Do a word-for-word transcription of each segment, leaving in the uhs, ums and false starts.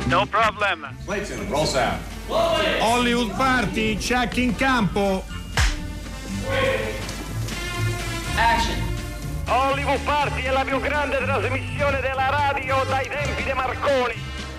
No problem. Clayton, roll sound. Hollywood Party, check in campo. Action. Hollywood Party è la più grande trasmissione della radio dai tempi di Marconi.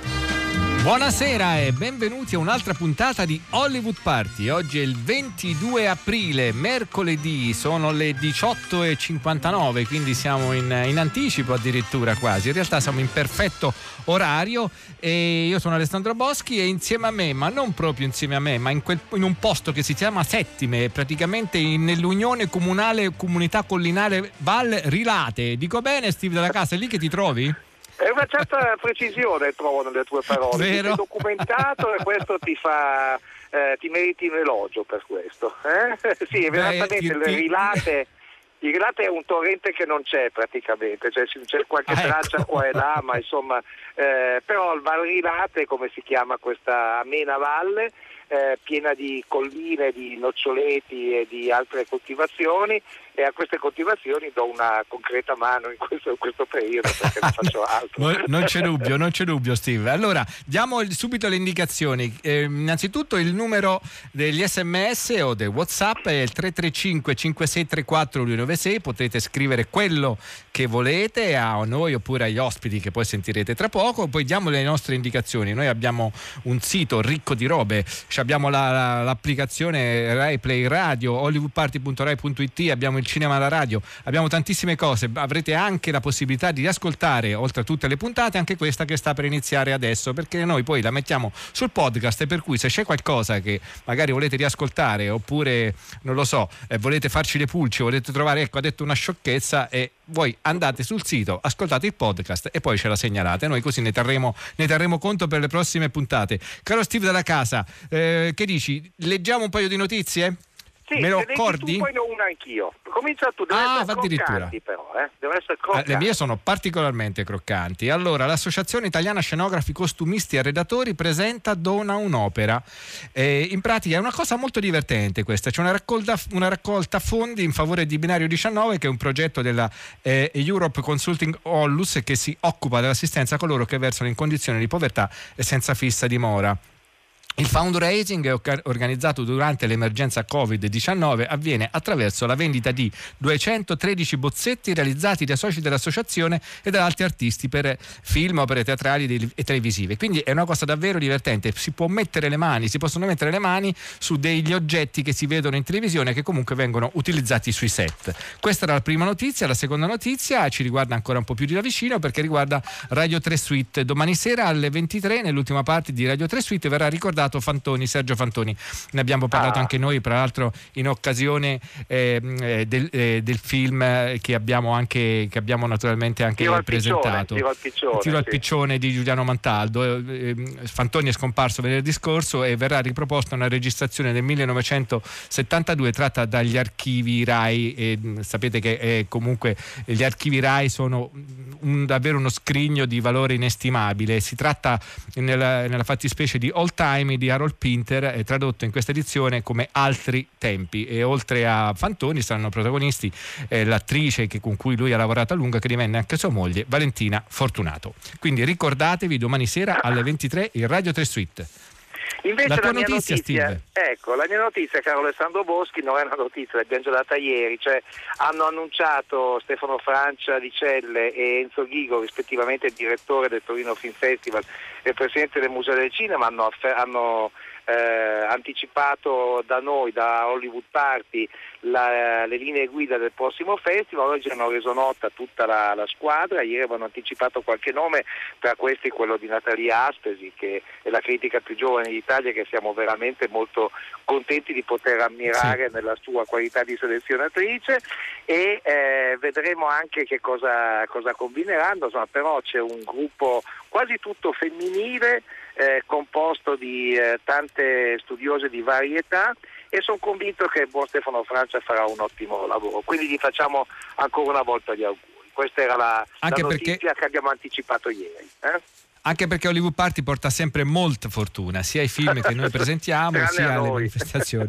Buonasera e benvenuti a un'altra puntata di Hollywood Party. Oggi è il ventidue aprile, mercoledì, sono le diciotto e cinquantanove, quindi siamo in, in anticipo addirittura quasi. In realtà siamo in perfetto orario e io sono Alessandro Boschi e insieme a me, ma non proprio insieme a me, ma in, quel, in un posto che si chiama Settime, praticamente in, nell'Unione Comunale Comunità Collinare Val Rilate. Dico bene, Steve della Casa, è lì che ti trovi? È una certa precisione trovo nelle tue parole. Vero? Sei documentato e questo ti fa eh, ti meriti un elogio per questo. Eh? Sì, evidentemente ti, il ti... Rilate il Rilate è un torrente che non c'è praticamente, cioè c'è qualche ah, traccia ecco. qua e là, ma insomma eh, però il Val Rilate, come si chiama questa amena valle, eh, piena di colline, di noccioleti e di altre coltivazioni, e a queste coltivazioni do una concreta mano in questo, in questo periodo perché non faccio altro. non, non c'è dubbio, non c'è dubbio Steve. Allora, diamo subito le indicazioni. Eh, innanzitutto il numero degli sms o del WhatsApp è il tre tre cinque cinque sei tre quattro due nove sei, potete scrivere quello che volete a noi oppure agli ospiti che poi sentirete tra poco. Poi diamo le nostre indicazioni. Noi abbiamo un sito ricco di robe, abbiamo la, la, l'applicazione Rai Play Radio, hollywoodparty punto rai punto it, abbiamo il cinema alla radio, abbiamo tantissime cose. Avrete anche la possibilità di ascoltare, oltre a tutte le puntate, anche questa che sta per iniziare adesso, perché noi poi la mettiamo sul podcast, e per cui se c'è qualcosa che magari volete riascoltare oppure non lo so, eh, volete farci le pulci, volete trovare, ecco, ha detto una sciocchezza, e voi andate sul sito, ascoltate il podcast e poi ce la segnalate, noi così ne terremo, ne terremo conto per le prossime puntate. Caro Steve della Casa, eh, che dici? Leggiamo un paio di notizie? Sì, me lo se accordi? tu, poi ne ho una anch'io. Comincia tu, devono Ah, essere addirittura. croccanti però, eh? Devono essere croccanti. Le mie sono particolarmente croccanti. Allora, l'Associazione Italiana Scenografi Costumisti e Arredatori presenta Dona un'opera. Eh, in pratica è una cosa molto divertente questa. C'è una raccolta, una raccolta fondi in favore di Binario diciannove, che è un progetto della eh, Europe Consulting Ollus, che si occupa dell'assistenza a coloro che versano in condizioni di povertà e senza fissa dimora. Il fundraising, organizzato durante l'emergenza covid diciannove, avviene attraverso la vendita di duecentotredici bozzetti realizzati da soci dell'associazione e da altri artisti per film, opere teatrali e televisive. Quindi è una cosa davvero divertente. Si può mettere le mani, si possono mettere le mani su degli oggetti che si vedono in televisione, che comunque vengono utilizzati sui set. Questa era la prima notizia. La seconda notizia ci riguarda ancora un po' più di da vicino, perché riguarda Radio tre Suite. Domani sera alle ventitré, nell'ultima parte di Radio tre Suite, verrà ricordato Fantoni, Sergio Fantoni. Ne abbiamo parlato ah. anche noi, tra l'altro in occasione eh, del, eh, del film che abbiamo anche che abbiamo naturalmente anche Tiro presentato, Tiro al piccione, Tiro al sì. piccione di Giuliano Montaldo. Eh, Fantoni è scomparso venerdì scorso e verrà riproposta una registrazione del millenovecentosettantadue tratta dagli archivi Rai. E, sapete che eh, comunque gli archivi Rai sono un, davvero uno scrigno di valore inestimabile. Si tratta nella, nella fattispecie di Old Time di Harold Pinter, è tradotto in questa edizione come Altri tempi, e oltre a Fantoni saranno protagonisti eh, l'attrice che, con cui lui ha lavorato a lungo, che divenne anche sua moglie, Valentina Fortunato. Quindi ricordatevi domani sera alle ventitré il Radio tre Suite. Invece la tua la mia notizia, notizia, Steve. ecco, la mia notizia, caro Alessandro Boschi, non è una notizia, l'abbiamo già data ieri, cioè hanno annunciato Stefano Francia di Celle e Enzo Ghigo, rispettivamente il direttore del Torino Film Festival e il presidente del Museo del Cinema, hanno, hanno eh, anticipato da noi, da Hollywood Party, la, le linee guida del prossimo festival. Oggi hanno reso nota tutta la, la squadra, ieri avevano anticipato qualche nome, tra questi quello di Natalia Aspesi, che è la critica più giovane d'Italia, che siamo veramente molto contenti di poter ammirare sì. nella sua qualità di selezionatrice, e eh, vedremo anche che cosa, cosa combineranno. Insomma, però c'è un gruppo quasi tutto femminile, eh, composto di eh, tante studiose di varie età, e sono convinto che il buon Stefano Francia farà un ottimo lavoro, quindi gli facciamo ancora una volta gli auguri. Questa era la, la notizia perché... che abbiamo anticipato ieri. Eh? Anche perché Hollywood Party porta sempre molta fortuna, sia ai film che noi presentiamo sia alle manifestazioni,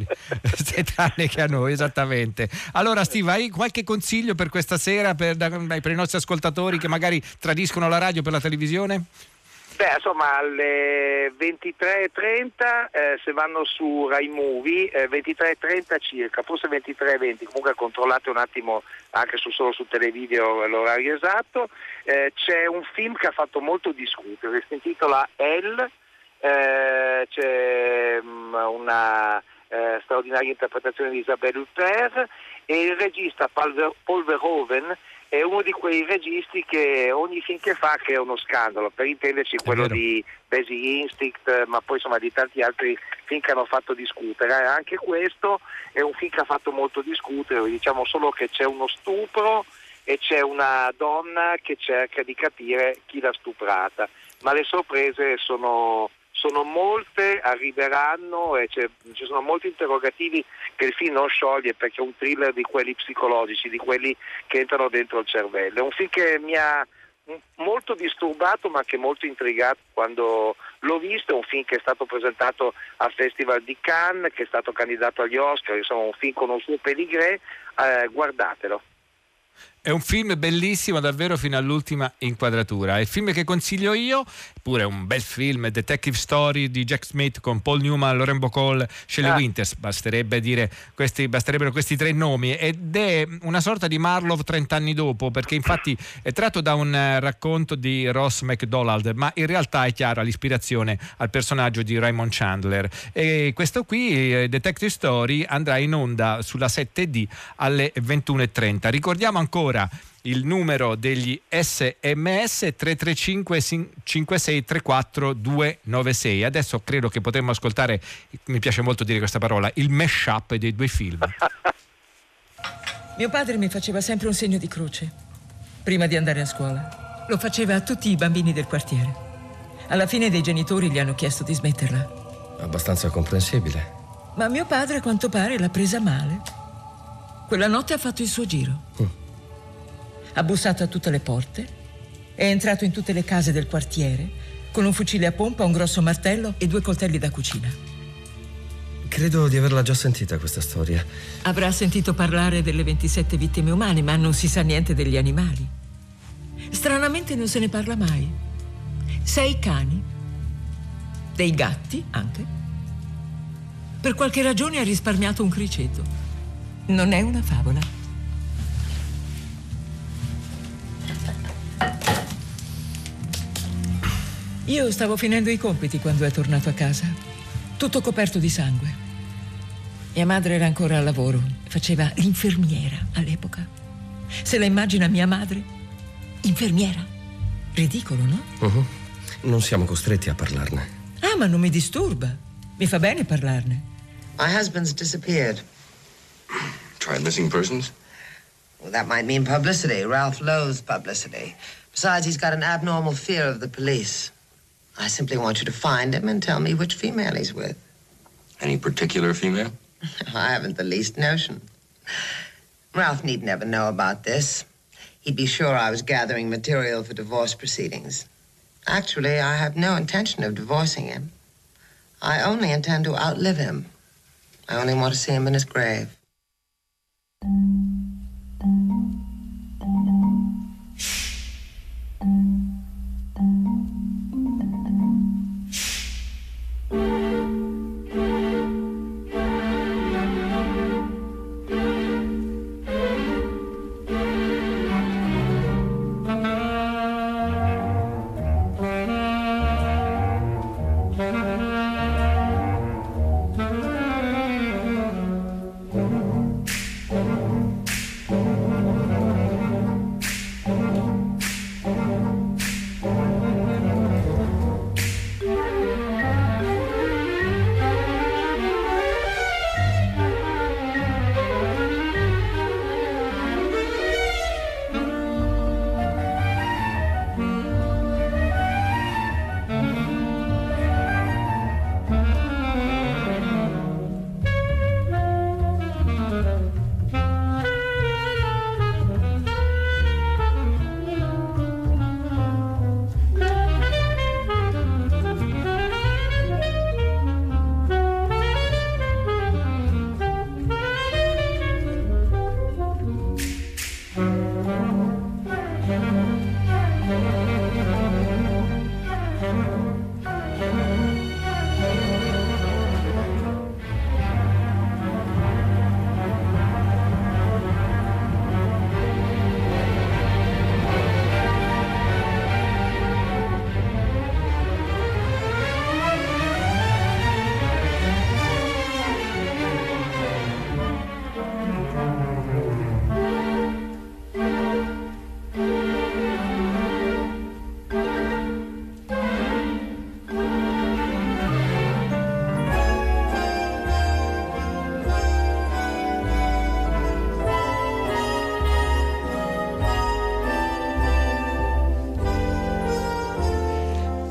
tranne che a noi, esattamente. Allora Steve, hai qualche consiglio per questa sera per, per i nostri ascoltatori che magari tradiscono la radio per la televisione? Beh, insomma, alle ventitré e trenta eh, se vanno su Rai Movie, eh, ventitré e trenta circa, forse ventitré e venti, comunque controllate un attimo anche su, solo su Televideo l'orario esatto, eh, c'è un film che ha fatto molto discutere, si intitola Elle, eh, c'è um, una eh, straordinaria interpretazione di Isabelle Huppert e il regista Paul, Paul Verhoeven è uno di quei registi che ogni film che fa crea uno scandalo, per intenderci quello di Basic Instinct, ma poi insomma di tanti altri film che hanno fatto discutere. Anche questo è un film che ha fatto molto discutere, diciamo solo che c'è uno stupro e c'è una donna che cerca di capire chi l'ha stuprata, ma le sorprese sono... sono molte, arriveranno e ci sono molti interrogativi che il film non scioglie, perché è un thriller di quelli psicologici, di quelli che entrano dentro il cervello. È un film che mi ha molto disturbato ma anche molto intrigato quando l'ho visto. È un film che è stato presentato al Festival di Cannes, che è stato candidato agli Oscar, insomma un film con un suo pedigree, eh, guardatelo. È un film bellissimo davvero fino all'ultima inquadratura. È il film che consiglio io, pure un bel film, Detective Story di Jack Smith con Paul Newman, Lauren Bacall, Shelley ah. Winters, basterebbe dire questi, basterebbero questi tre nomi, ed è una sorta di Marlowe trent'anni dopo, perché infatti è tratto da un racconto di Ross MacDonald, ma in realtà è chiara l'ispirazione al personaggio di Raymond Chandler. E questo qui, Detective Story, andrà in onda sulla sette D alle ventuno e trenta. Ricordiamo ancora il numero degli S M S tre tre cinque cinque sei tre quattro due nove sei. Adesso credo che potremmo ascoltare, mi piace molto dire questa parola, il mash-up dei due film. Mio padre mi faceva sempre un segno di croce prima di andare a scuola. Lo faceva a tutti i bambini del quartiere. Alla fine dei genitori gli hanno chiesto di smetterla. Abbastanza comprensibile. Ma mio padre, a quanto pare, l'ha presa male. Quella notte ha fatto il suo giro. Mm. Ha bussato a tutte le porte, è entrato in tutte le case del quartiere con un fucile a pompa, un grosso martello e due coltelli da cucina. Credo di averla già sentita questa storia. Avrà sentito parlare delle ventisette vittime umane, ma non si sa niente degli animali. Stranamente non se ne parla mai. Sei cani, dei gatti anche. Per qualche ragione ha risparmiato un criceto. Non è una favola. Io stavo finendo i compiti quando è tornato a casa, tutto coperto di sangue. Mia madre era ancora al lavoro, faceva l'infermiera all'epoca. Se la immagina mia madre, infermiera. Ridicolo, no? Uh-huh. Non siamo costretti a parlarne. Ah, ma non mi disturba. Mi fa bene parlarne. My husband's disappeared. Tried missing persons? Well, that might mean publicity. Ralph loathes publicity. Besides, he's got an abnormal fear of the police. I simply want you to find him and tell me which female he's with. Any particular female? I haven't the least notion. Ralph need never know about this. He'd be sure I was gathering material for divorce proceedings. Actually, I have no intention of divorcing him. I only intend to outlive him. I only want to see him in his grave.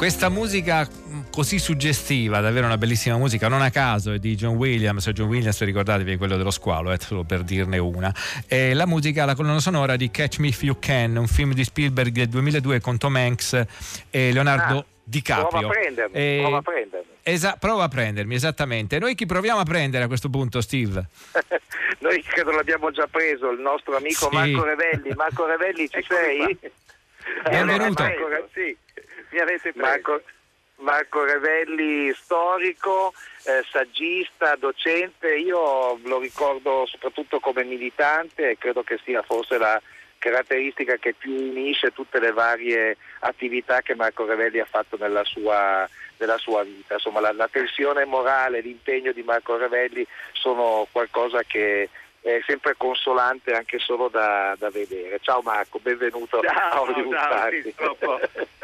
Questa musica così suggestiva, davvero una bellissima musica, non a caso è di John Williams. John Williams, ricordatevi, è quello dello squalo, eh, solo per dirne una. E la musica, la colonna sonora di Catch Me If You Can, un film di Spielberg del duemiladue con Tom Hanks e Leonardo ah, DiCaprio. Prova a prendermi, e... prova a prendermi. Esa- prova a prendermi, esattamente. Noi chi proviamo a prendere a questo punto, Steve? Noi credo l'abbiamo già preso, il nostro amico sì. Marco Revelli. Marco Revelli, ci sei? Benvenuto. Eh, Marco, sì, mi avete preso. Marco, Marco Revelli, storico, eh, saggista, docente. Io lo ricordo soprattutto come militante e credo che sia forse la caratteristica che più unisce tutte le varie attività che Marco Revelli ha fatto nella sua, nella sua vita. Insomma, la, la tensione morale, l'impegno di Marco Revelli sono qualcosa che è sempre consolante anche solo da, da vedere. Ciao Marco, benvenuto ciao, a Hollywood ciao, Party. sì, troppo.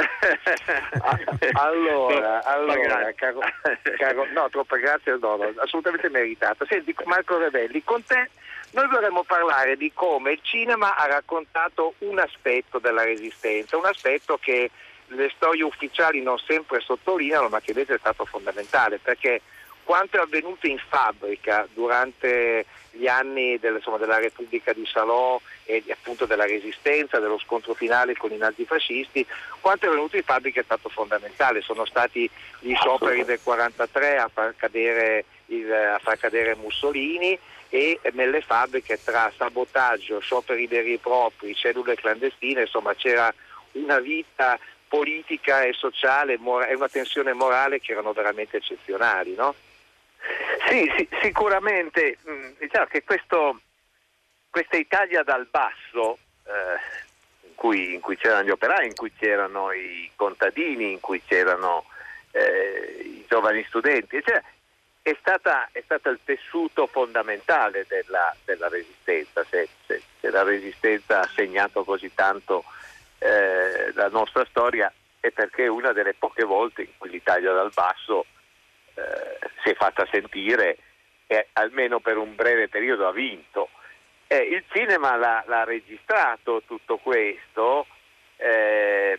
allora, allora caro, caro, no, troppe grazie, no, no, assolutamente meritata. Senti, Marco Revelli, con te noi vorremmo parlare di come il cinema ha raccontato un aspetto della Resistenza, un aspetto che le storie ufficiali non sempre sottolineano, ma che invece è stato fondamentale, perché quanto è avvenuto in fabbrica durante gli anni del, insomma, della Repubblica di Salò e appunto della Resistenza, dello scontro finale con i nazifascisti, quanto è avvenuto in fabbrica è stato fondamentale. Sono stati gli scioperi del quarantatré a far cadere, il, a far cadere Mussolini, e nelle fabbriche tra sabotaggio, scioperi veri e propri, cellule clandestine, insomma c'era una vita politica e sociale e una tensione morale che erano veramente eccezionali, no? Sì, sì, sicuramente. Diciamo che questo, questa Italia dal basso, eh, in, cui, in cui c'erano gli operai, in cui c'erano i contadini, in cui c'erano eh, i giovani studenti, cioè, è stata, è stata il tessuto fondamentale della, della Resistenza. Se, se, se la Resistenza ha segnato così tanto eh, la nostra storia, è perché è una delle poche volte in cui l'Italia dal basso Eh, si è fatta sentire e almeno per un breve periodo ha vinto. Eh, il cinema l'ha, l'ha registrato tutto questo, eh,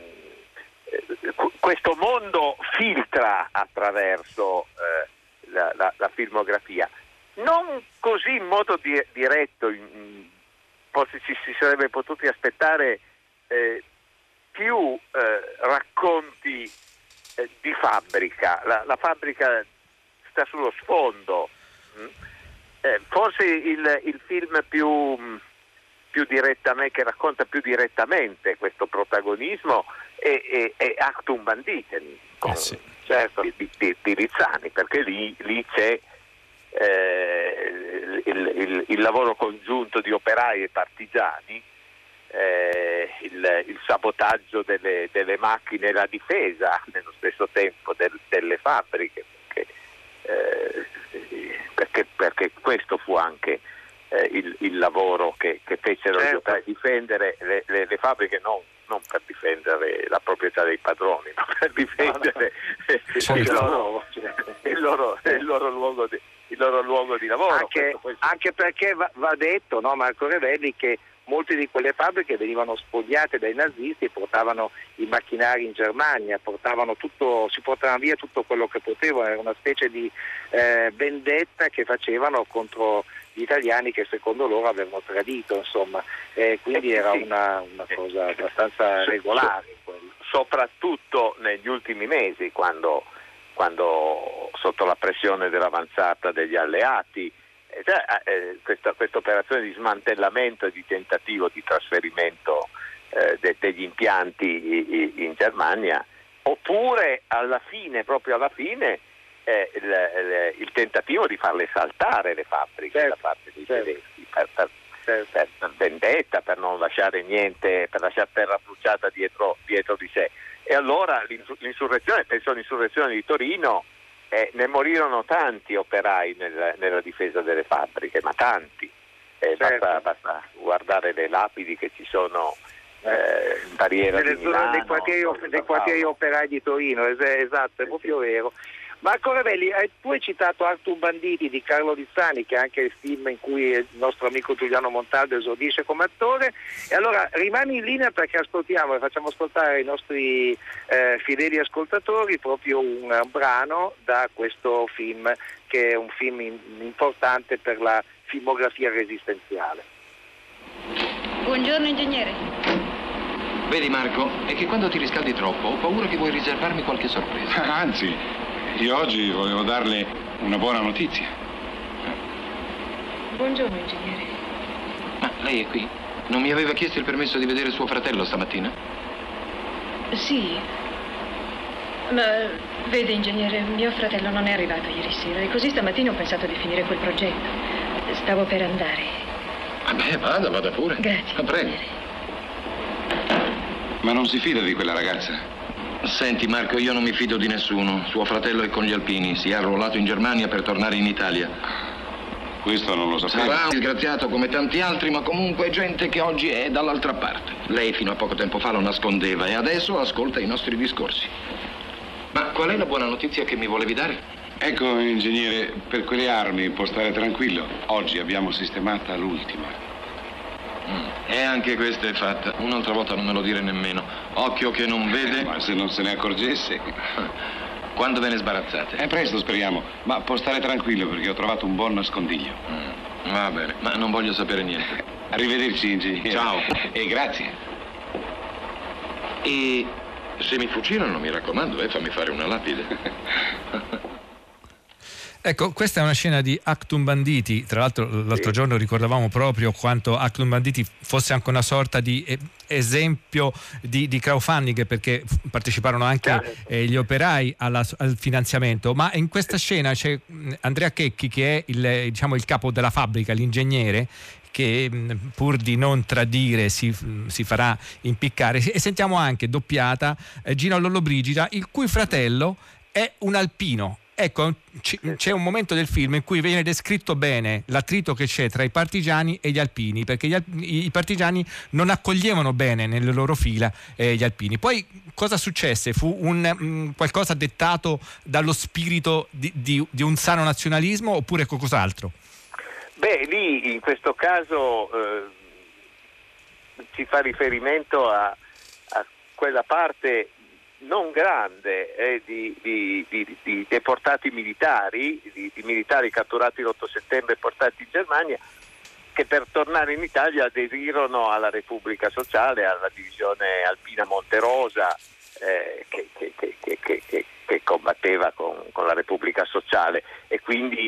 questo mondo filtra attraverso eh, la, la, la filmografia, non così in modo di, diretto, in, forse ci si sarebbe potuti aspettare eh, più eh, racconti di fabbrica. La, la fabbrica sta sullo sfondo. Eh, forse il, il film più, più direttamente, che racconta più direttamente questo protagonismo è, è, è Actum Banditen con, eh sì. certo, di, di, di Rizzani, perché lì, lì c'è eh, il, il, il lavoro congiunto di operai e partigiani, Eh, il, il sabotaggio delle, delle macchine e la difesa nello stesso tempo del, delle fabbriche, perché, eh, perché, perché questo fu anche eh, il, il lavoro che, che fecero certo. gli operai, difendere le, le, le fabbriche, non, non per difendere la proprietà dei padroni, ma per difendere certo. il, loro, il, loro, il loro luogo di, il loro luogo di lavoro. Anche, poi... anche perché va, va detto, no, Marco Revelli, che molte di quelle fabbriche venivano spogliate dai nazisti e portavano i macchinari in Germania, portavano tutto, si portavano via tutto quello che potevano, era una specie di eh, vendetta che facevano contro gli italiani che secondo loro avevano tradito, insomma, eh, quindi era una, una cosa abbastanza regolare. Quello. Soprattutto negli ultimi mesi, quando, quando sotto la pressione dell'avanzata degli alleati, Cioè, eh, questa, questa operazione di smantellamento e di tentativo di trasferimento eh, de, degli impianti in, in Germania, oppure alla fine, proprio alla fine, eh, il, il, il tentativo di farle saltare le fabbriche certo, da parte dei certo. tedeschi per, per, certo. per, per vendetta, per non lasciare niente, per lasciare terra bruciata dietro, dietro di sé. E allora l'insurrezione, penso all'insurrezione di Torino, Eh, ne morirono tanti operai nel, nella difesa delle fabbriche, ma tanti. Eh, certo. basta, basta guardare le lapidi che ci sono eh, in barriera nelle di Milano, dei quartieri, dei quartieri operai di Torino, es- esatto, è proprio vero. Marco Ravelli, eh, tu hai citato Artun Banditi di Carlo Lizzani, che è anche il film in cui il nostro amico Giuliano Montaldo esordisce come attore, e allora rimani in linea perché ascoltiamo e facciamo ascoltare ai nostri eh, fedeli ascoltatori proprio un, un brano da questo film, che è un film in, importante per la filmografia resistenziale. Buongiorno ingegnere. Vedi Marco, è che quando ti riscaldi troppo ho paura che vuoi riservarmi qualche sorpresa. Anzi, io oggi volevo darle una buona notizia. Buongiorno ingegnere. Ma lei è qui? Non mi aveva chiesto il permesso di vedere suo fratello stamattina? Sì. Ma vede ingegnere, mio fratello non è arrivato ieri sera e così stamattina ho pensato di finire quel progetto. Stavo per andare. Vabbè, vada, vada pure. Grazie. Ma prego. Ma non si fida di quella ragazza? Senti Marco, io non mi fido di nessuno. Suo fratello è con gli alpini, si è arruolato in Germania per tornare in Italia. Questo non lo sapevo. Sarà un disgraziato come tanti altri, ma comunque gente che oggi è dall'altra parte. Lei fino a poco tempo fa lo nascondeva e adesso ascolta i nostri discorsi. Ma qual è la buona notizia che mi volevi dare? Ecco, ingegnere, per quelle armi può stare tranquillo. Oggi abbiamo sistemata l'ultima. Mm. E anche questa è fatta. Un'altra volta non me lo dire nemmeno. Occhio che non vede. Eh, ma se non se ne accorgesse. Quando ve ne sbarazzate? È presto, speriamo. Ma può stare tranquillo perché ho trovato un buon nascondiglio. Mm. Va bene, ma non voglio sapere niente. Arrivederci, ingegnere. Ciao. E grazie. E se mi fucilano, mi raccomando, eh, fammi fare una lapide. Ecco, questa è una scena di Actum Banditi. Tra l'altro l'altro giorno ricordavamo proprio quanto Actum Banditi fosse anche una sorta di eh, esempio di, di crowdfunding, perché parteciparono anche eh, gli operai alla, al finanziamento. Ma in questa scena c'è Andrea Checchi, che è il, diciamo, il capo della fabbrica, l'ingegnere, che pur di non tradire si, si farà impiccare, e sentiamo anche doppiata eh, Gina Lollobrigida, il cui fratello è un alpino. Ecco, c'è un momento del film in cui viene descritto bene l'attrito che c'è tra i partigiani e gli alpini, perché gli, i partigiani non accoglievano bene nelle loro fila eh, gli alpini. Poi cosa successe? Fu un, um, qualcosa dettato dallo spirito di, di, di un sano nazionalismo oppure qualcos'altro? Beh, lì in questo caso eh, si fa riferimento a, a quella parte non grande eh, di, di, di, di deportati militari, di, di militari catturati l'otto settembre e portati in Germania, che per tornare in Italia aderirono alla Repubblica Sociale, alla divisione alpina Monterosa, eh, che, che, che, che, che, che combatteva con, con la Repubblica Sociale, e quindi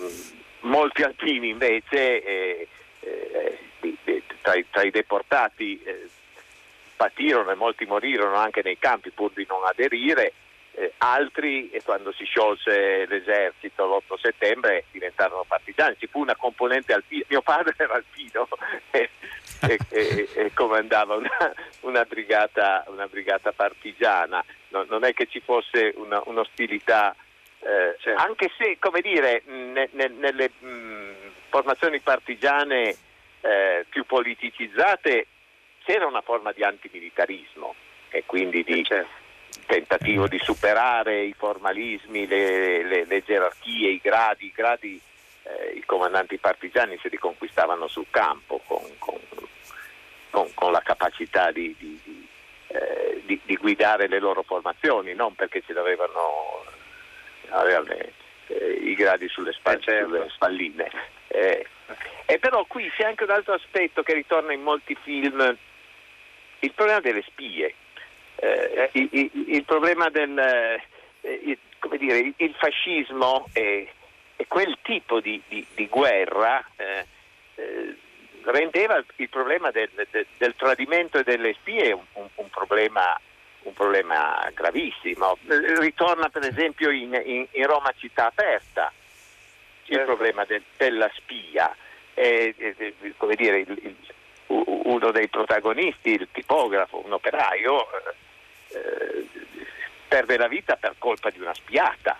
mh, molti alpini invece eh, eh, di, di, tra, i, tra i deportati eh, patirono e molti morirono anche nei campi pur di non aderire, eh, altri e quando si sciolse l'esercito l'otto settembre diventarono partigiani. Ci fu una componente alpina, mio padre era alpino e, e, e, e comandava una, una, brigata, una brigata partigiana. No, non è che ci fosse una, un'ostilità, eh, certo. Anche se, come dire, ne, ne, nelle mh, formazioni partigiane eh, più politicizzate c'era una forma di antimilitarismo e quindi di tentativo di superare i formalismi, le, le, le gerarchie, i gradi. I gradi eh, i comandanti partigiani se li conquistavano sul campo con, con, con, con la capacità di, di, di, eh, di, di guidare le loro formazioni, non perché ce l'avevano avevano, eh, i gradi sulle, spalle, eh, certo. sulle spalline. Eh, e però qui c'è anche un altro aspetto che ritorna in molti film, il problema delle spie, eh, il, il, il problema del eh, il, come dire, il, il fascismo e, e quel tipo di, di, di guerra eh, eh, rendeva il, il problema del, del, del tradimento e delle spie un, un, un, problema, un problema gravissimo. Ritorna per esempio in, in, in Roma città aperta il certo. problema del, della spia, eh, eh, come dire il, il uno dei protagonisti, il tipografo, un operaio, eh, perde la vita per colpa di una spiata.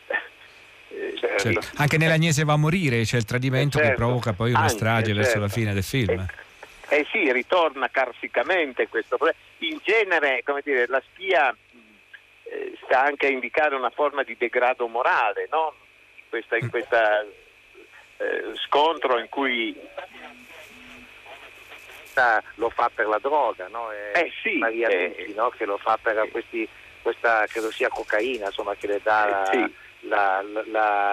Eh, certo. Anche nell'Agnese va a morire c'è il tradimento certo. che provoca poi una Anche, strage certo. verso la fine del film. Eh, eh sì, ritorna carsicamente questo problema. In genere, come dire, la spia eh, sta anche a indicare una forma di degrado morale, no? Questa, in questa eh, scontro in cui lo fa per la droga, no? È eh sì, Maria eh, Luci, no? Che lo fa per questi, questa credo sia cocaina, insomma, che le dà eh, sì. la, la,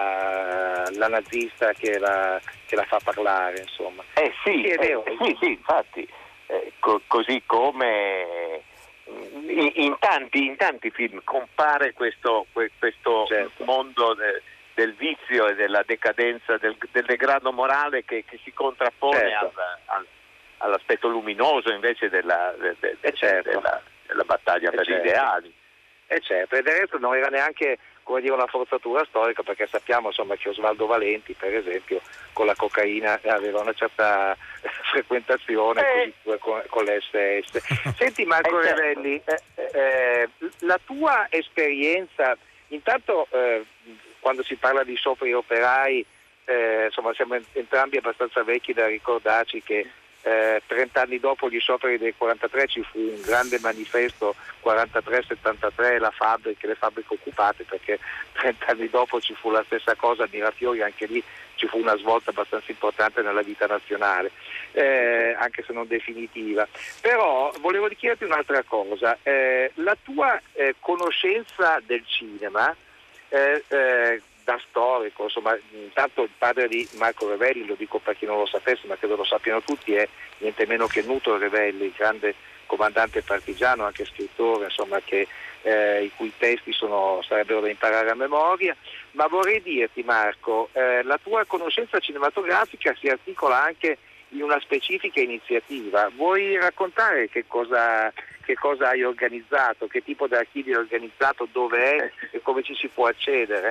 la, la nazista che la, che la fa parlare, insomma. Eh sì, sì, è vero. Eh, sì, sì, infatti, eh, co- così come in, in, tanti, in tanti film compare questo, questo certo. mondo de, del vizio e della decadenza, del, del degrado morale che, che si contrappone certo. al, al all'aspetto luminoso invece della, de, de, de, certo. della, della battaglia per certo. gli ideali. E certo, e del resto non era neanche, come dire, una forzatura storica, perché sappiamo insomma che Osvaldo Valenti, per esempio, con la cocaina aveva una certa frequentazione, eh. così con, con l'S S. Senti Marco eh, Revelli, eh, eh, la tua esperienza, intanto eh, quando si parla di scioperi operai, eh, insomma siamo entrambi abbastanza vecchi da ricordarci che Eh, trent'anni dopo gli scioperi del quarantatré ci fu un grande manifesto quarantatré settantatré, la fabbrica, le fabbriche occupate, perché trent'anni dopo ci fu la stessa cosa a Mirafiori, anche lì ci fu una svolta abbastanza importante nella vita nazionale, eh, anche se non definitiva. Però volevo chiederti un'altra cosa, eh, la tua eh, conoscenza del cinema eh, eh, da storico, insomma, intanto il padre di Marco Revelli, lo dico per chi non lo sapesse ma credo lo sappiano tutti, è niente meno che Nuto Revelli, grande comandante partigiano, anche scrittore, insomma, che, eh, i cui testi sono, sarebbero da imparare a memoria. Ma vorrei dirti Marco, eh, la tua conoscenza cinematografica si articola anche in una specifica iniziativa. Vuoi raccontare che cosa, che cosa hai organizzato, che tipo di archivio hai organizzato, dove è e come ci si può accedere?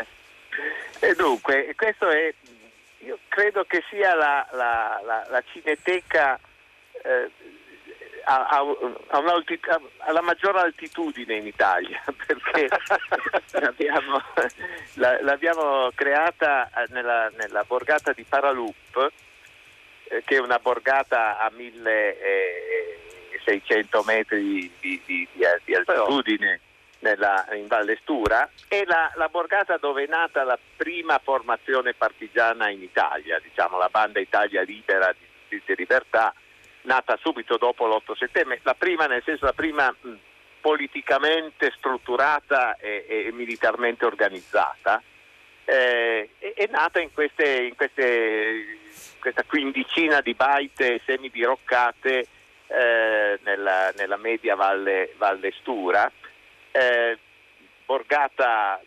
E dunque, questo è, io credo che sia la, la, la, la Cineteca eh, a, a, a un'altit- a, alla maggior altitudine in Italia, perché l'abbiamo, la, l'abbiamo creata nella, nella borgata di Paraloup, eh, che è una borgata a milleseicento metri di, di, di, di altitudine. Nella, in Valle Stura, è la, la borgata dove è nata la prima formazione partigiana in Italia, diciamo la Banda Italia Libera di Giustizia e Libertà, nata subito dopo l'otto settembre, la prima nel senso la prima mh, politicamente strutturata e, e militarmente organizzata, eh, è, è nata in queste, in queste questa quindicina di baite semidiroccate eh, nella, nella media Valle, Valle Stura. Eh, borgata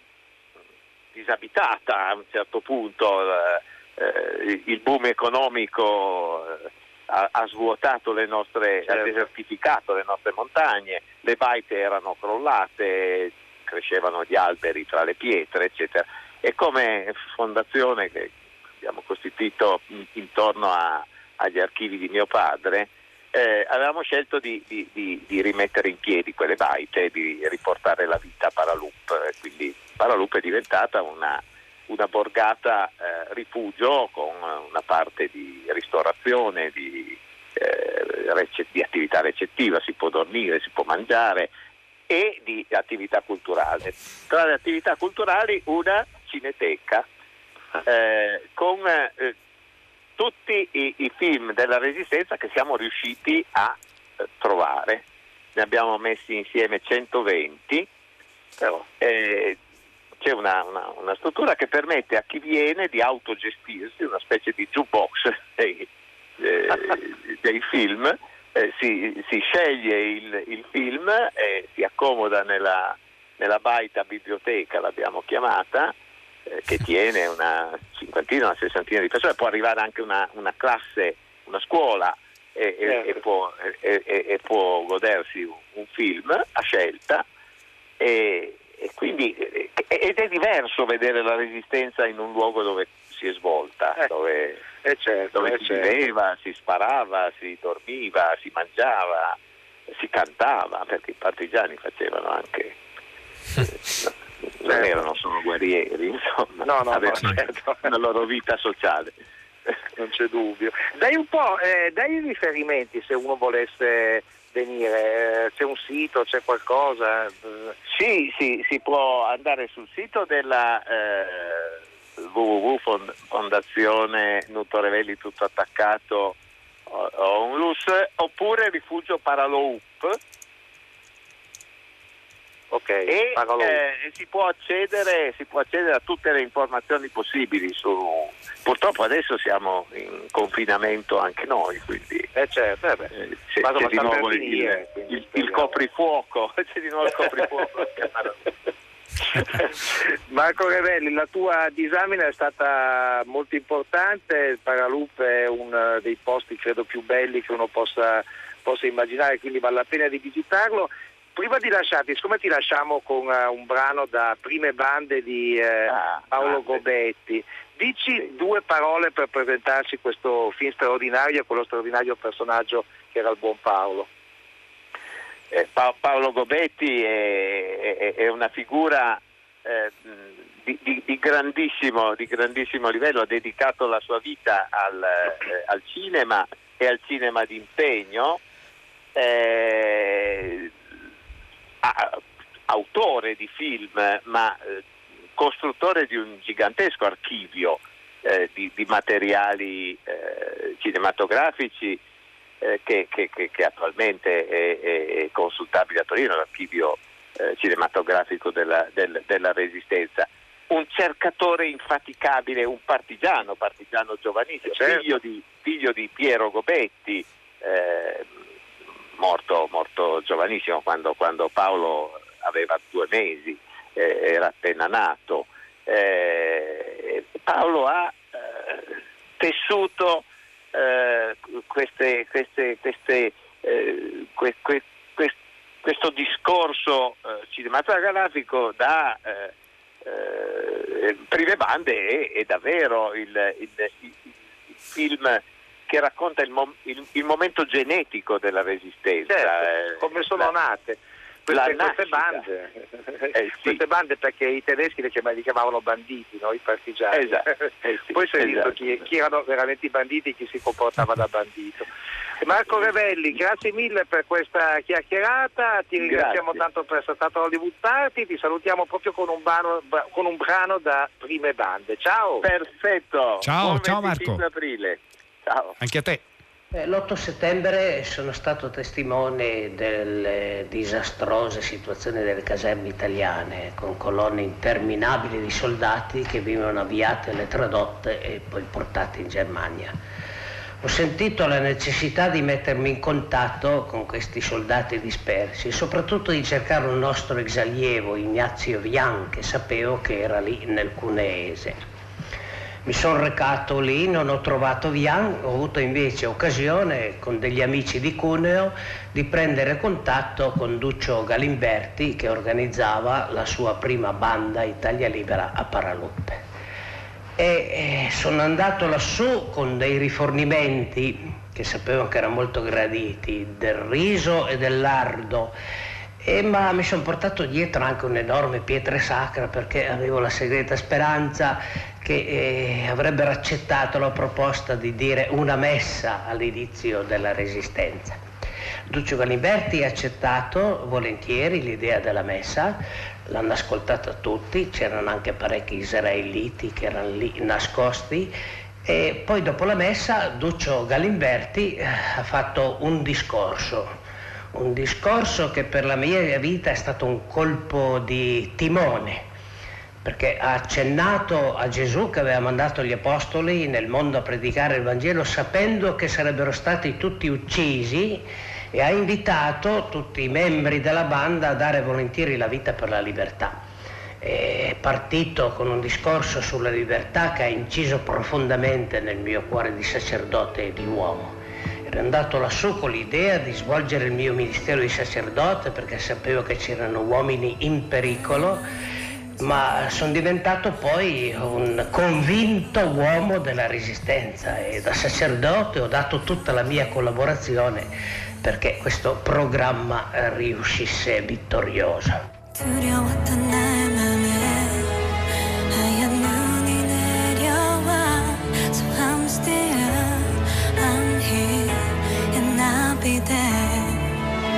disabitata a un certo punto, eh, il boom economico ha, ha svuotato le nostre, certo. ha desertificato le nostre montagne, le baite erano crollate, crescevano gli alberi tra le pietre, eccetera. E come fondazione che abbiamo costituito intorno a, agli archivi di mio padre, Eh, avevamo scelto di, di, di, di rimettere in piedi quelle baite e di riportare la vita a Paraloup. Quindi Paraloup è diventata una, una borgata eh, rifugio con una parte di ristorazione, di, eh, rece- di attività recettiva, si può dormire, si può mangiare, e di attività culturale. Tra le attività culturali una cineteca eh, con eh, tutti i, i film della Resistenza che siamo riusciti a eh, trovare. Ne abbiamo messi insieme centoventi, però eh, c'è una, una, una struttura che permette a chi viene di autogestirsi, una specie di jukebox dei, eh, dei film, eh, si, si sceglie il, il film e si accomoda nella, nella baita biblioteca, l'abbiamo chiamata, che tiene una cinquantina, una sessantina di persone, può arrivare anche una, una classe, una scuola e, e, e, può, e, e può godersi un, un film a scelta, e, e quindi ed è diverso vedere la Resistenza in un luogo dove si è svolta, eh, dove, eh certo, dove eh si certo. viveva, si sparava, si dormiva, si mangiava, si cantava, perché i partigiani facevano anche non erano solo guerrieri, insomma, no, no, avevano no, certo. la loro vita sociale. Non c'è dubbio. Dai un po', eh, dai i riferimenti se uno volesse venire? C'è un sito, c'è qualcosa? Sì, sì, si può andare sul sito della eh, w w w punto fondazione Nutorevelli tutto attaccato Onlus, oppure Rifugio Paraloup. Ok, e eh, si può accedere si può accedere a tutte le informazioni possibili su. Purtroppo adesso siamo in confinamento anche noi, quindi eh certo, eh beh, eh, c'è, c'è di nuovo il, finire, il, il, il coprifuoco c'è di nuovo il coprifuoco. Marco Revelli, la tua disamina è stata molto importante. Il Paraloup è uno dei posti credo più belli che uno possa, possa immaginare, quindi vale la pena di visitarlo. Prima di lasciarti, siccome ti lasciamo con uh, un brano da Prime Bande di eh, ah, Paolo Gobetti, dici sì. due parole per presentarci questo film straordinario e quello straordinario personaggio che era il buon Paolo. Eh, pa- Paolo Gobetti è, è, è una figura eh, di, di, di, grandissimo, di grandissimo livello, ha dedicato la sua vita al, eh, al cinema e al cinema d'impegno. Eh, autore di film, ma eh, costruttore di un gigantesco archivio eh, di, di materiali eh, cinematografici eh, che, che, che, che attualmente è, è consultabile a Torino, l'archivio eh, cinematografico della, del, della Resistenza. Un cercatore infaticabile, un partigiano, partigiano giovanissimo, certo. figlio, di, figlio di Piero Gobetti, eh, Morto, morto giovanissimo quando, quando Paolo aveva due mesi, eh, era appena nato. Eh, Paolo ha eh, tessuto eh, queste, queste, queste, eh, que, que, que, questo discorso eh, cinematografico da eh, eh, Prime Bande è, è davvero il, il, il, il film che racconta il, mom- il, il momento genetico della Resistenza. Certo, eh, come sono la, nate queste, queste bande, eh, sì. queste bande, perché i tedeschi li chiamavano banditi, no? I partigiani. Esatto. Eh, sì. Poi si è esatto. visto chi, chi erano veramente i banditi e chi si comportava da bandito. Marco Revelli, grazie mille per questa chiacchierata, ti ringraziamo grazie. tanto per essere stato a Hollywood Party, ti salutiamo proprio con un, brano, con un brano da Prime Bande. Ciao! Perfetto! Ciao, Buon ciao Marco! aprile. Ciao. Anche a te. L'otto settembre sono stato testimone delle disastrose situazioni delle caserme italiane, con colonne interminabili di soldati che venivano avviate alle tradotte e poi portati in Germania. Ho sentito la necessità di mettermi in contatto con questi soldati dispersi e soprattutto di cercare un nostro esallievo, Ignazio Vian, che sapevo che era lì nel Cuneese. Mi sono recato lì, non ho trovato Vian, ho avuto invece occasione con degli amici di Cuneo di prendere contatto con Duccio Galimberti, che organizzava la sua prima banda Italia Libera a Paraloup. E, e sono andato lassù con dei rifornimenti che sapevo che erano molto graditi, del riso e del lardo. E, ma mi sono portato dietro anche un'enorme pietra sacra, perché avevo la segreta speranza che eh, avrebbero accettato la proposta di dire una messa all'inizio della Resistenza. Duccio Galimberti ha accettato volentieri l'idea della messa, l'hanno ascoltata tutti, c'erano anche parecchi israeliti che erano lì nascosti, e poi dopo la messa Duccio Galimberti eh, ha fatto un discorso. Un discorso che per la mia vita è stato un colpo di timone, perché ha accennato a Gesù che aveva mandato gli apostoli nel mondo a predicare il Vangelo sapendo che sarebbero stati tutti uccisi, e ha invitato tutti i membri della banda a dare volentieri la vita per la libertà. È partito con un discorso sulla libertà che ha inciso profondamente nel mio cuore di sacerdote e di uomo. Ero andato lassù con l'idea di svolgere il mio ministero di sacerdote perché sapevo che c'erano uomini in pericolo, ma sono diventato poi un convinto uomo della Resistenza e da sacerdote ho dato tutta la mia collaborazione perché questo programma riuscisse vittorioso. Be there.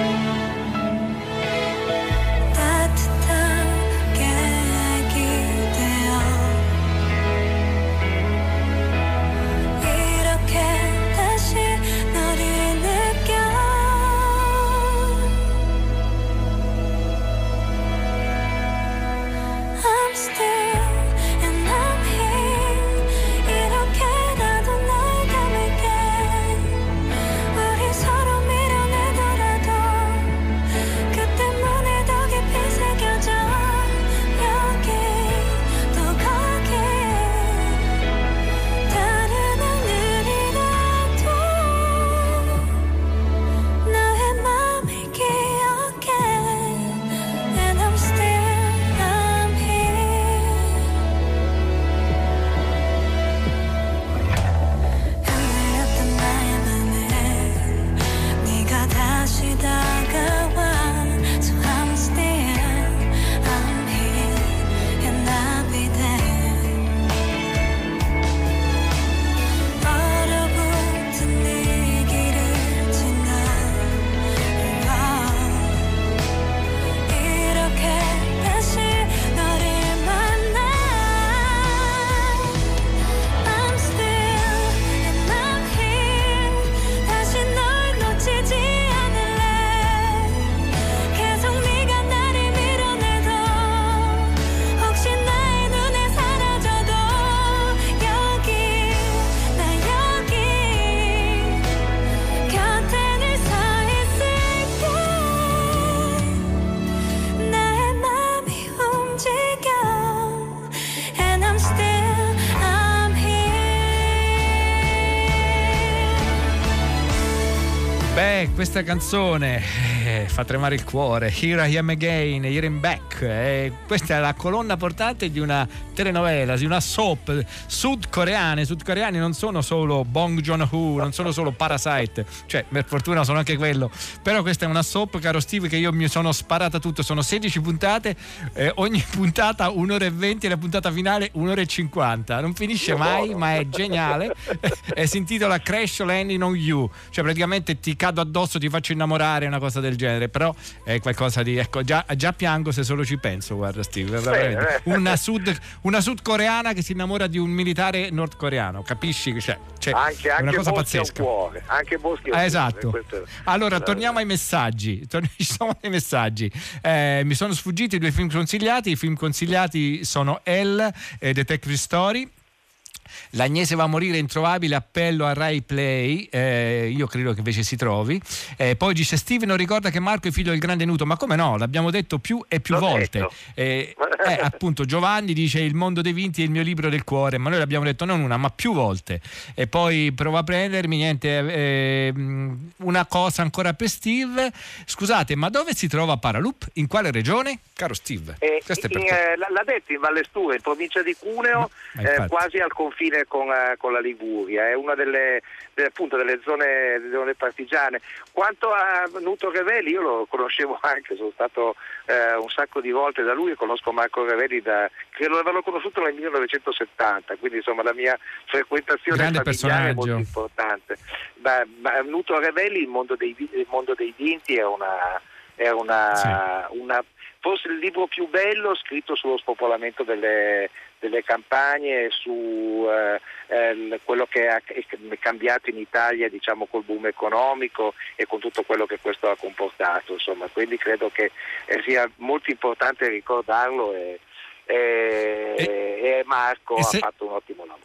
Beh, questa canzone eh, fa tremare il cuore. Here I Am Again, Here I'm Back. Eh, questa è la colonna portante di una telenovela, di una soap sudcoreane. Sudcoreani non sono solo Bong Joon-ho, non sono solo Parasite, cioè per fortuna sono anche quello. Però questa è una soap, caro Steve, che io mi sono sparata tutto. Sono sedici puntate, eh, ogni puntata un'ora e venti e la puntata finale un'ora e cinquanta. Non finisce mai, ma è geniale. E si intitola Crash Landing on You, cioè praticamente ti cado addosso, ti faccio innamorare, una cosa del genere. Però è qualcosa di, ecco, già, già piango se solo ci penso, guarda Steve, veramente. Una sud una sudcoreana che si innamora di un militare nordcoreano, capisci? Cioè, cioè, anche, è una anche cosa Boschi pazzesca. Un cuore, anche Boschi ah, esatto. Questo... Allora torniamo ai messaggi. Torn- ci sono dei messaggi. Eh, mi sono sfuggiti i due film consigliati. I film consigliati sono Elle e Detective Story. L'Agnese va a morire introvabile, appello a Rai Play, eh, io credo che invece si trovi. Eh, poi dice Steve non ricorda che Marco è figlio del grande Nuto, ma come no, l'abbiamo detto più e più L'ho volte. detto. Eh, eh, appunto Giovanni dice Il mondo dei vinti è il mio libro del cuore, ma noi l'abbiamo detto non una ma più volte. E poi prova a prendermi, niente, eh, una cosa ancora per Steve. Scusate, ma dove si trova Paraloop? In quale regione? Caro Steve, eh, questo è in, per te. eh, l'ha detto in Vallestura, in provincia di Cuneo, no, eh, quasi al confine con, eh, con la Liguria, è una delle, delle, appunto, delle zone, delle zone partigiane. Quanto a Nuto Revelli, io lo conoscevo anche, sono stato eh, un sacco di volte da lui e conosco Marco Revelli da, credo di averlo conosciuto nel millenovecentosettanta, quindi insomma la mia frequentazione grande familiare è molto personaggio. importante. Ma, ma Nuto Revelli, il mondo dei, il mondo dei vinti è una, è una, sì. una forse il libro più bello scritto sullo spopolamento delle, delle campagne, su eh, eh, quello che è cambiato in Italia, diciamo, col boom economico e con tutto quello che questo ha comportato, insomma. Quindi credo che eh, sia molto importante ricordarlo e, e, e, e Marco e se... ha fatto un ottimo lavoro.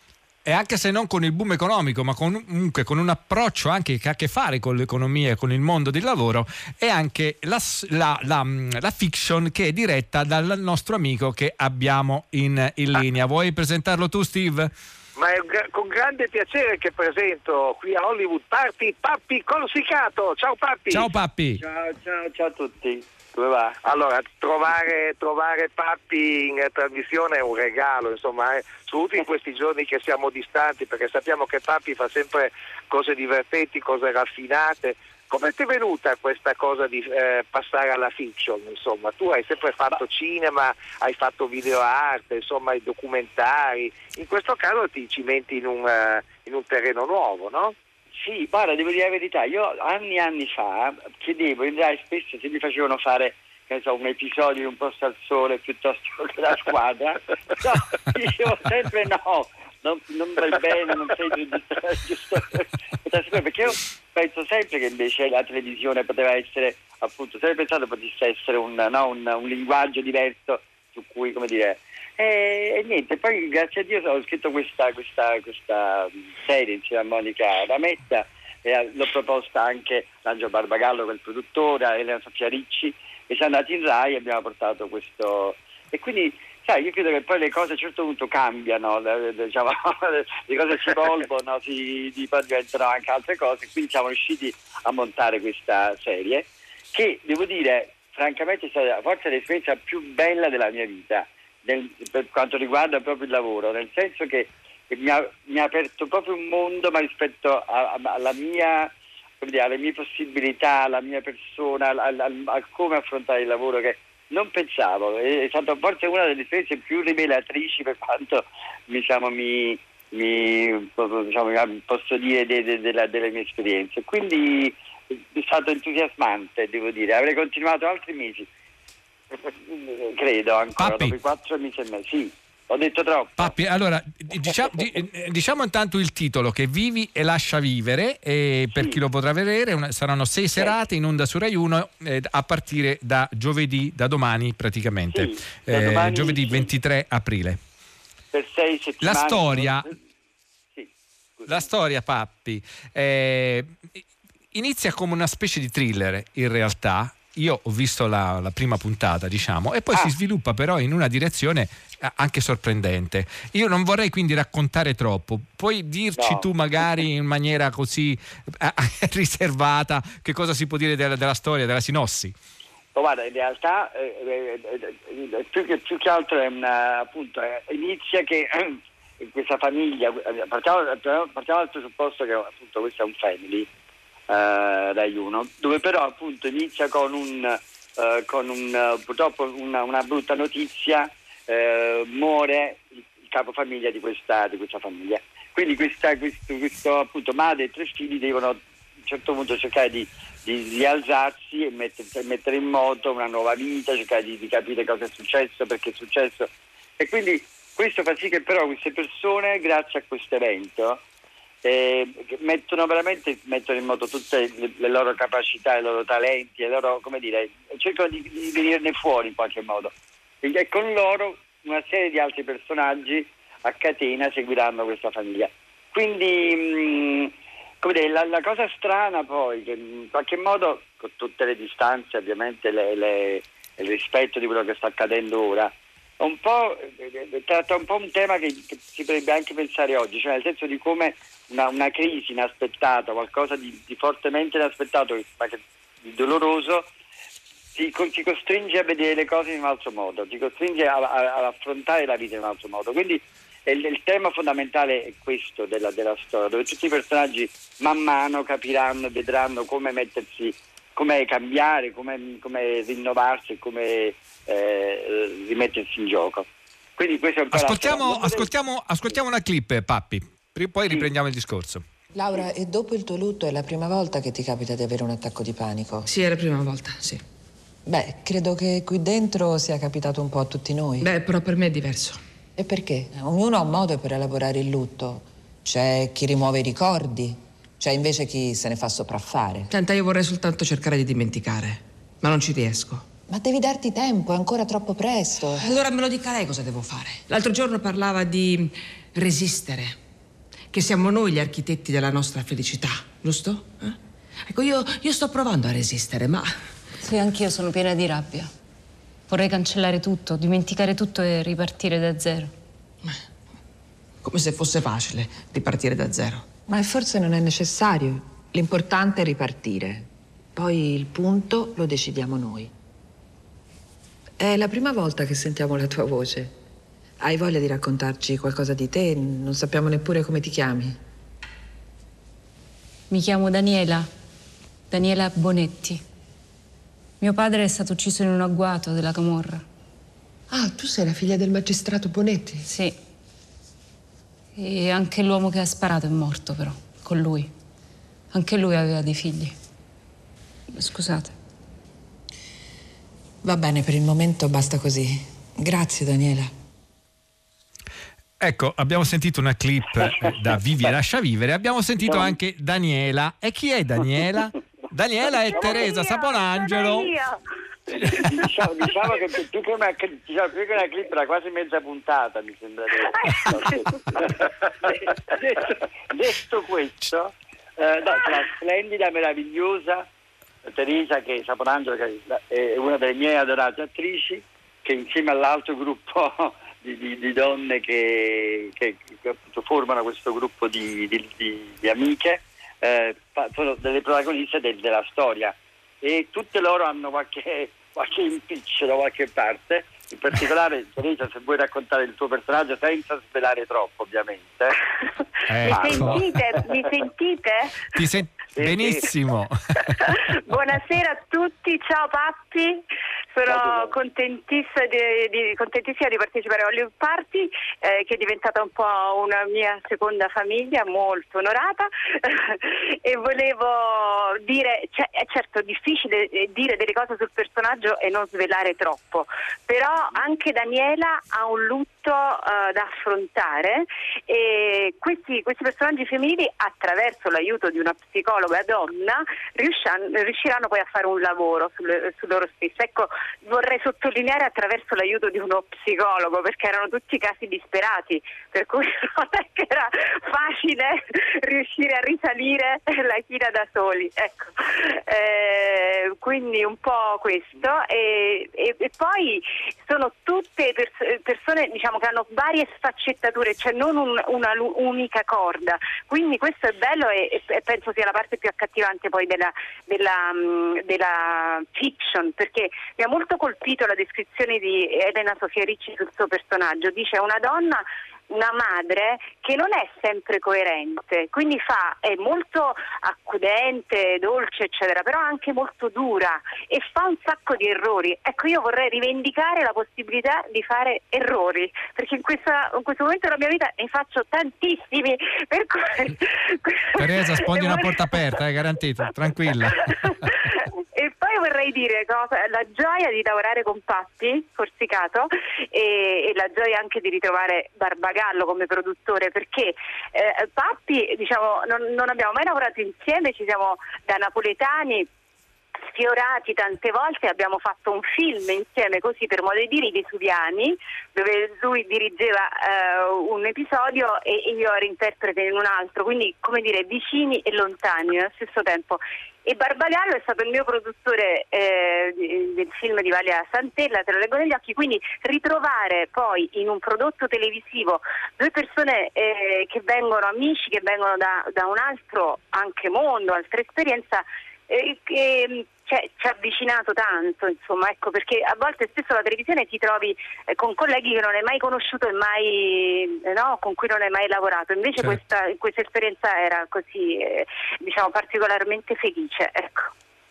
E anche se non con il boom economico, ma con, comunque con un approccio anche che ha a che fare con l'economia e con il mondo del lavoro, è anche la, la, la, la fiction che è diretta dal nostro amico che abbiamo in, in linea. Vuoi presentarlo tu, Steve? Ma è con grande piacere che presento qui a Hollywood Party Pappi Corsicato. Ciao Pappi! Ciao Pappi! Ciao, ciao, ciao a tutti! Come va? Allora, trovare, trovare Pappi in trasmissione è un regalo, insomma, eh, soprattutto in questi giorni che siamo distanti, perché sappiamo che Pappi fa sempre cose divertenti, cose raffinate. Come ti è venuta questa cosa di eh, passare alla fiction? Insomma, tu hai sempre fatto cinema, hai fatto video arte, insomma, i documentari. In questo caso ti cimenti in un, uh, in un terreno nuovo, no? Sì, guarda, devo dire la verità, io anni e anni fa chiedevo, in realtà spesso se mi facevano fare, che ne so, un episodio di Un posto al sole piuttosto che La squadra, no, dicevo sempre no, non, non vai bene, non sei giusto, giusto, perché io penso sempre che invece la televisione poteva essere, appunto, sempre pensato potesse essere un, no, un, un linguaggio diverso su cui, come dire... E, e niente, poi grazie a Dio ho scritto questa, questa, questa serie insieme a Monica Rametta, e l'ho proposta anche Angelo Barbagallo, quel produttore, Elena Sofia Ricci, e siamo andati in Rai e abbiamo portato questo. E quindi, sai, io credo che poi le cose a un certo punto cambiano, le, le, diciamo, le cose si evolvono, si, si, poi diventano anche altre cose, quindi siamo riusciti a montare questa serie che, devo dire, francamente è stata forse l'esperienza più bella della mia vita. Nel, per quanto riguarda proprio il lavoro, nel senso che, che mi, ha, mi ha aperto proprio un mondo, ma rispetto a, a, alla mia, come dire, alle mie possibilità, alla mia persona, a, a, a come affrontare il lavoro, che non pensavo. È, è stata forse una delle esperienze più rivelatrici per quanto diciamo, mi, mi diciamo, posso dire de, de, de la, delle mie esperienze. Quindi è stato entusiasmante, devo dire. Avrei continuato altri mesi. Credo ancora, Pappi. dopo quattro mesi e mezzo. Sì, ho detto troppo. Pappi, allora diciamo, diciamo intanto il titolo, che Vivi e lascia vivere, e per sì. chi lo potrà vedere una, saranno sei sì. serate in onda su Rai uno eh, a partire da giovedì, da domani praticamente, sì, da eh, domani, giovedì sì. ventitré aprile. Per sei settimane. La storia, sì, la storia Pappi, eh, inizia come una specie di thriller in realtà. io ho visto la, la prima puntata, diciamo, e poi ah. si sviluppa però in una direzione anche sorprendente. Io non vorrei quindi raccontare troppo. Puoi dirci no. tu magari in maniera così eh, riservata che cosa si può dire della, della storia, della sinossi? Oh, guarda, in realtà eh, eh, più, che, più che altro è una, appunto, eh, inizia che eh, questa famiglia, partiamo, partiamo dal presupposto che appunto questo è un family eh, Rai uno, dove però appunto inizia con un eh, con un purtroppo una, una brutta notizia. Eh, muore il capofamiglia di questa, di questa famiglia, quindi questa, questo, questo appunto madre e tre figli devono a un certo punto cercare di, di, di alzarsi e mettere, mettere in moto una nuova vita, cercare di, di capire cosa è successo, perché è successo, e quindi questo fa sì che però queste persone, grazie a questo evento, eh, mettono veramente mettono in moto tutte le, le loro capacità, i loro talenti, le loro, come dire, cercano di, di venirne fuori in qualche modo. E con loro una serie di altri personaggi a catena seguiranno questa famiglia. Quindi mh, come dire, la, la cosa strana poi, che in qualche modo, con tutte le distanze ovviamente, le, le, il rispetto di quello che sta accadendo ora, un po' eh, tratta un po' un tema che, che si potrebbe anche pensare oggi, cioè nel senso di come una, una crisi inaspettata, qualcosa di, di fortemente inaspettato, ma che di doloroso, Ti, ti costringe a vedere le cose in un altro modo, ti costringe a, a, ad affrontare la vita in un altro modo. Quindi il, il tema fondamentale è questo della, della storia, dove tutti i personaggi man mano capiranno e vedranno come mettersi, come cambiare, come, come rinnovarsi, come eh, rimettersi in gioco. Quindi questo è un po' ascoltiamo, la... ascoltiamo, ascoltiamo una clip, Pappi, poi riprendiamo sì. il discorso. Laura, e dopo il tuo lutto è la prima volta che ti capita di avere un attacco di panico? Sì, è la prima volta, sì. Beh, credo che qui dentro sia capitato un po' a tutti noi. Beh, però per me è diverso. E perché? Ognuno ha un modo per elaborare il lutto. C'è chi rimuove i ricordi, c'è invece chi se ne fa sopraffare. Senta, io vorrei soltanto cercare di dimenticare, ma non ci riesco. Ma devi darti tempo, è ancora troppo presto. Allora me lo dica lei cosa devo fare. L'altro giorno parlava di resistere, che siamo noi gli architetti della nostra felicità, giusto? Eh? Ecco, io, io sto provando a resistere, ma... Sì, anch'io sono piena di rabbia. Vorrei cancellare tutto, dimenticare tutto e ripartire da zero. Come se fosse facile ripartire da zero. Ma forse non è necessario. L'importante è ripartire. Poi il punto lo decidiamo noi. È la prima volta che sentiamo la tua voce. Hai voglia di raccontarci qualcosa di te? Non sappiamo neppure come ti chiami. Mi chiamo Daniela. Daniela Bonetti. Mio padre è stato ucciso in un agguato della camorra. Ah, tu sei la figlia del magistrato Bonetti? Sì. E anche l'uomo che ha sparato è morto, però, con lui. Anche lui aveva dei figli. Scusate. Va bene, per il momento basta così. Grazie, Daniela. Ecco, abbiamo sentito una clip da Vivi e lascia vivere, abbiamo sentito anche Daniela. E chi è Daniela? Daniela è Teresa Saponangelo. Diciamo, diciamo che più che, una, diciamo, più che una clip era quasi mezza puntata, mi sembra. detto, detto questo, eh, no, la splendida, meravigliosa Teresa che Saponangelo, che è una delle mie adorate attrici, che insieme all'altro gruppo di, di, di donne che, che, che appunto formano questo gruppo di, di, di, di amiche, Eh, sono delle protagoniste del, della storia, e tutte loro hanno qualche, qualche impiccio da qualche parte. In particolare, Teresa, se vuoi raccontare il tuo personaggio senza svelare troppo, ovviamente. Ecco. Mi sentite? Mi sentite? Ti sen- benissimo. Buonasera a tutti, ciao Pappi. Sono contentissima di, di, contentissima di partecipare a Hollywood Party, eh, che è diventata un po' una mia seconda famiglia, molto onorata. E volevo dire, cioè, è certo difficile dire delle cose sul personaggio e non svelare troppo, però anche Daniela ha un lutto uh, da affrontare, e questi, questi personaggi femminili, attraverso l'aiuto di una psicologa psicologa donna riusciranno poi a fare un lavoro su, su loro stesse. Ecco, vorrei sottolineare attraverso l'aiuto di uno psicologo, perché erano tutti casi disperati, per cui non è che era facile riuscire a risalire la china da soli, ecco. Eh, quindi un po' questo e, e, e poi sono tutte pers- persone, diciamo, che hanno varie sfaccettature, cioè non un, una l- unica corda, quindi questo è bello e, e penso sia la parte più accattivante poi della, della, um, della fiction, perché mi ha molto colpito la descrizione di Elena Sofia Ricci sul suo personaggio. Dice: una donna, una madre che non è sempre coerente, quindi fa, è molto accudente, dolce, eccetera, però anche molto dura e fa un sacco di errori. Ecco, io vorrei rivendicare la possibilità di fare errori, perché in, questa, in questo momento della mia vita ne faccio tantissimi, per cui... Teresa, spondi una porta aperta, è garantito, tranquilla. E poi vorrei dire cosa, la gioia di lavorare con Pappi Corsicato e, e la gioia anche di ritrovare Barbagallo come produttore, perché eh, Pappi, diciamo, non, non abbiamo mai lavorato insieme, ci siamo da napoletani sfiorati tante volte, abbiamo fatto un film insieme, così per modo di dire, I Vesuviani, dove lui dirigeva eh, un episodio e io ero interprete in un altro, quindi come dire vicini e lontani allo stesso tempo. E Barbagallo è stato il mio produttore eh, del film di Valia Santella, Te lo leggo negli occhi, quindi ritrovare poi in un prodotto televisivo due persone eh, che vengono, amici che vengono da, da un altro anche mondo, altra esperienza, eh, che cioè, ci ha avvicinato tanto, insomma, ecco, perché a volte stesso la televisione ti trovi eh, con colleghi che non hai mai conosciuto e mai, eh, no, con cui non hai mai lavorato, invece certo. questa, questa esperienza era così, eh, diciamo, particolarmente felice, ecco.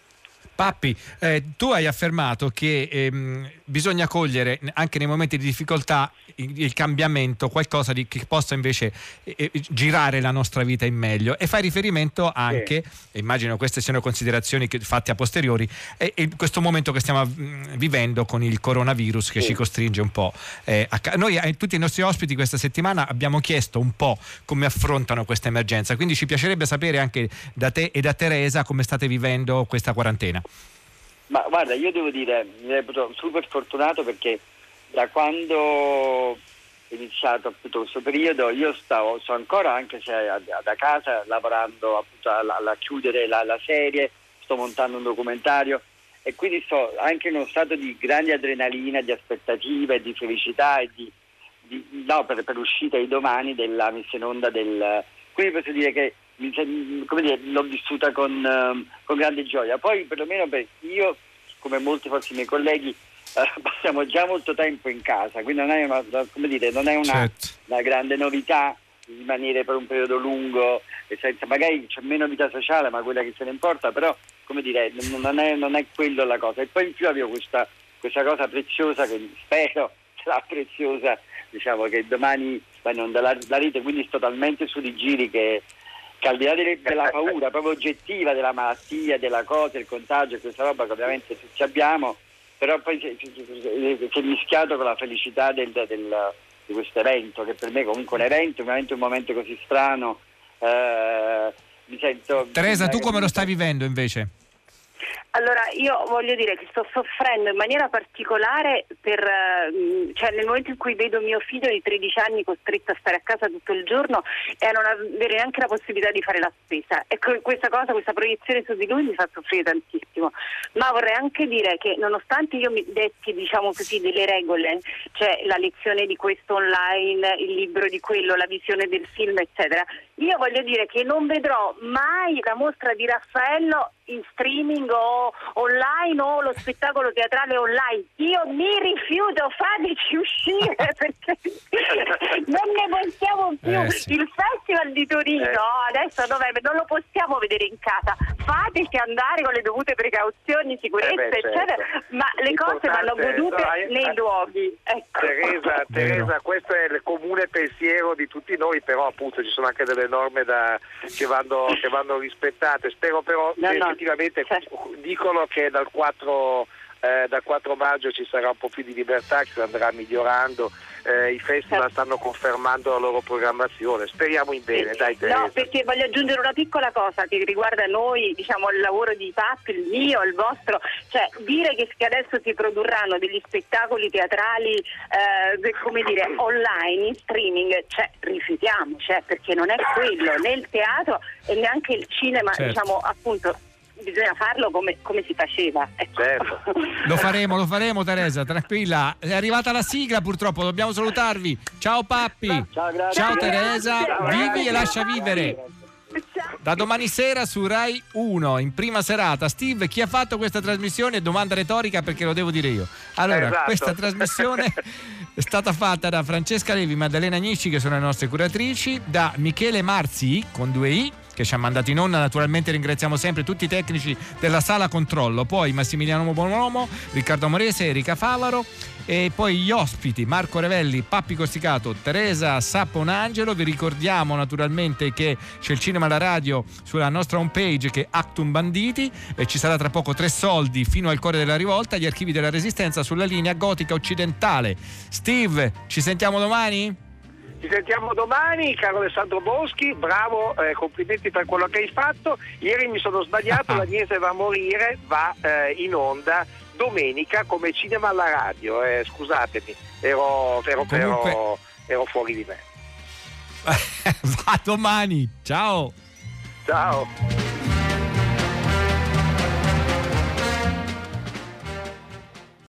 Pappi, eh, tu hai affermato che ehm, bisogna cogliere anche nei momenti di difficoltà il, il cambiamento, qualcosa di, che possa invece eh, girare la nostra vita in meglio, e fai riferimento anche, sì. immagino queste siano considerazioni che, fatte a posteriori, e, e questo momento che stiamo mh, vivendo con il coronavirus che sì. ci costringe un po'. Eh, a, noi, a tutti i nostri ospiti questa settimana abbiamo chiesto un po' come affrontano questa emergenza, quindi ci piacerebbe sapere anche da te e da Teresa come state vivendo questa quarantena. Ma guarda, io devo dire, mi reputo super fortunato perché da quando è iniziato appunto questo periodo io stavo, sto ancora, anche se da casa, lavorando appunto a, a chiudere la, la serie, sto montando un documentario e quindi sto anche in uno stato di grande adrenalina, di aspettativa e di felicità e di, di no, per, per l'uscita di domani della messa in onda del... Quindi posso dire che come dire, l'ho vissuta con, uh, con grande gioia. Poi perlomeno per io, come molti forse miei colleghi, uh, passiamo già molto tempo in casa, quindi non è una, come dire, non è una, certo. una grande novità rimanere per un periodo lungo e senza, magari c'è meno vita sociale, ma quella che se ne importa, però come dire, non è, non è quello la cosa. E poi in più avevo questa, questa cosa preziosa che spero sarà preziosa, diciamo, che domani va in onda la, la rete, quindi sto talmente su di giri che che al di là delle, della paura proprio oggettiva della malattia, della cosa, il contagio e questa roba che ovviamente tutti abbiamo, però poi si è mischiato con la felicità del, del, di questo evento, che per me comunque è un evento, ovviamente un momento così strano. Eh, mi sento... Teresa, tu come lo stai vivendo invece? Allora, io voglio dire che sto soffrendo in maniera particolare per, cioè nel momento in cui vedo mio figlio di tredici anni costretto a stare a casa tutto il giorno e a non avere neanche la possibilità di fare la spesa. E questa cosa, questa proiezione su di lui mi fa soffrire tantissimo. Ma vorrei anche dire che nonostante io mi detti, diciamo così, delle regole, cioè la lezione di questo online, il libro di quello, la visione del film, eccetera, io voglio dire che non vedrò mai la mostra di Raffaello in streaming o online o lo spettacolo teatrale online. Io mi rifiuto, fateci uscire perché non ne possiamo più. Eh sì. Il Festival di Torino eh. adesso a novembre non lo possiamo vedere in casa, fateci andare con le dovute precauzioni, sicurezza, eh beh, eccetera, certo. Ma le cose vanno godute no, nei eh, luoghi, ecco. Teresa, Teresa, questo è il comune pensiero di tutti noi, però appunto ci sono anche delle norme da, che, vanno, che vanno rispettate. Spero però no, che no. effettivamente certo. dicono che dal quattro eh, dal quattro maggio ci sarà un po' più di libertà, che si andrà migliorando. Eh, I festival stanno confermando la loro programmazione, speriamo in bene. Dai, Teresa. No, perché voglio aggiungere una piccola cosa che riguarda noi, diciamo il lavoro di Pappi, il mio, il vostro, cioè dire che, che adesso si produrranno degli spettacoli teatrali eh, come dire online, in streaming, cioè rifiutiamo, cioè, perché non è quello, né il teatro e neanche il cinema, certo. Diciamo appunto bisogna farlo come, come si faceva, ecco. Certo. Lo faremo, lo faremo Teresa, tranquilla. È arrivata la sigla, purtroppo dobbiamo salutarvi. Ciao Pappi. Ciao, grazie. Ciao Teresa, ciao, vivi e lascia vivere. Da domani sera su Rai uno in prima serata. Steve, chi ha fatto questa trasmissione? Domanda retorica perché lo devo dire io. Allora, esatto. Questa trasmissione è stata fatta da Francesca Levi, Maddalena Agnisci, che sono le nostre curatrici, da Michele Marzi con due i, che ci ha mandato in onda. Naturalmente ringraziamo sempre tutti i tecnici della sala controllo, poi Massimiliano Bonomo, Riccardo Amorese, Erika Favaro, e poi gli ospiti Marco Revelli, Pappi Costicato, Teresa Saponangelo. Vi ricordiamo naturalmente che c'è il cinema alla radio sulla nostra homepage, che è Actum Banditi, e ci sarà tra poco Tre Soldi fino al cuore della rivolta, gli archivi della Resistenza sulla linea gotica occidentale. Steve, ci sentiamo domani? Ci sentiamo domani, caro Alessandro Boschi, bravo, eh, complimenti per quello che hai fatto. Ieri mi sono sbagliato, l'Agnese va a morire, va eh, in onda domenica come cinema alla radio, eh, scusatemi, ero, ero, Comunque... ero, ero fuori di me. Va domani, ciao! Ciao!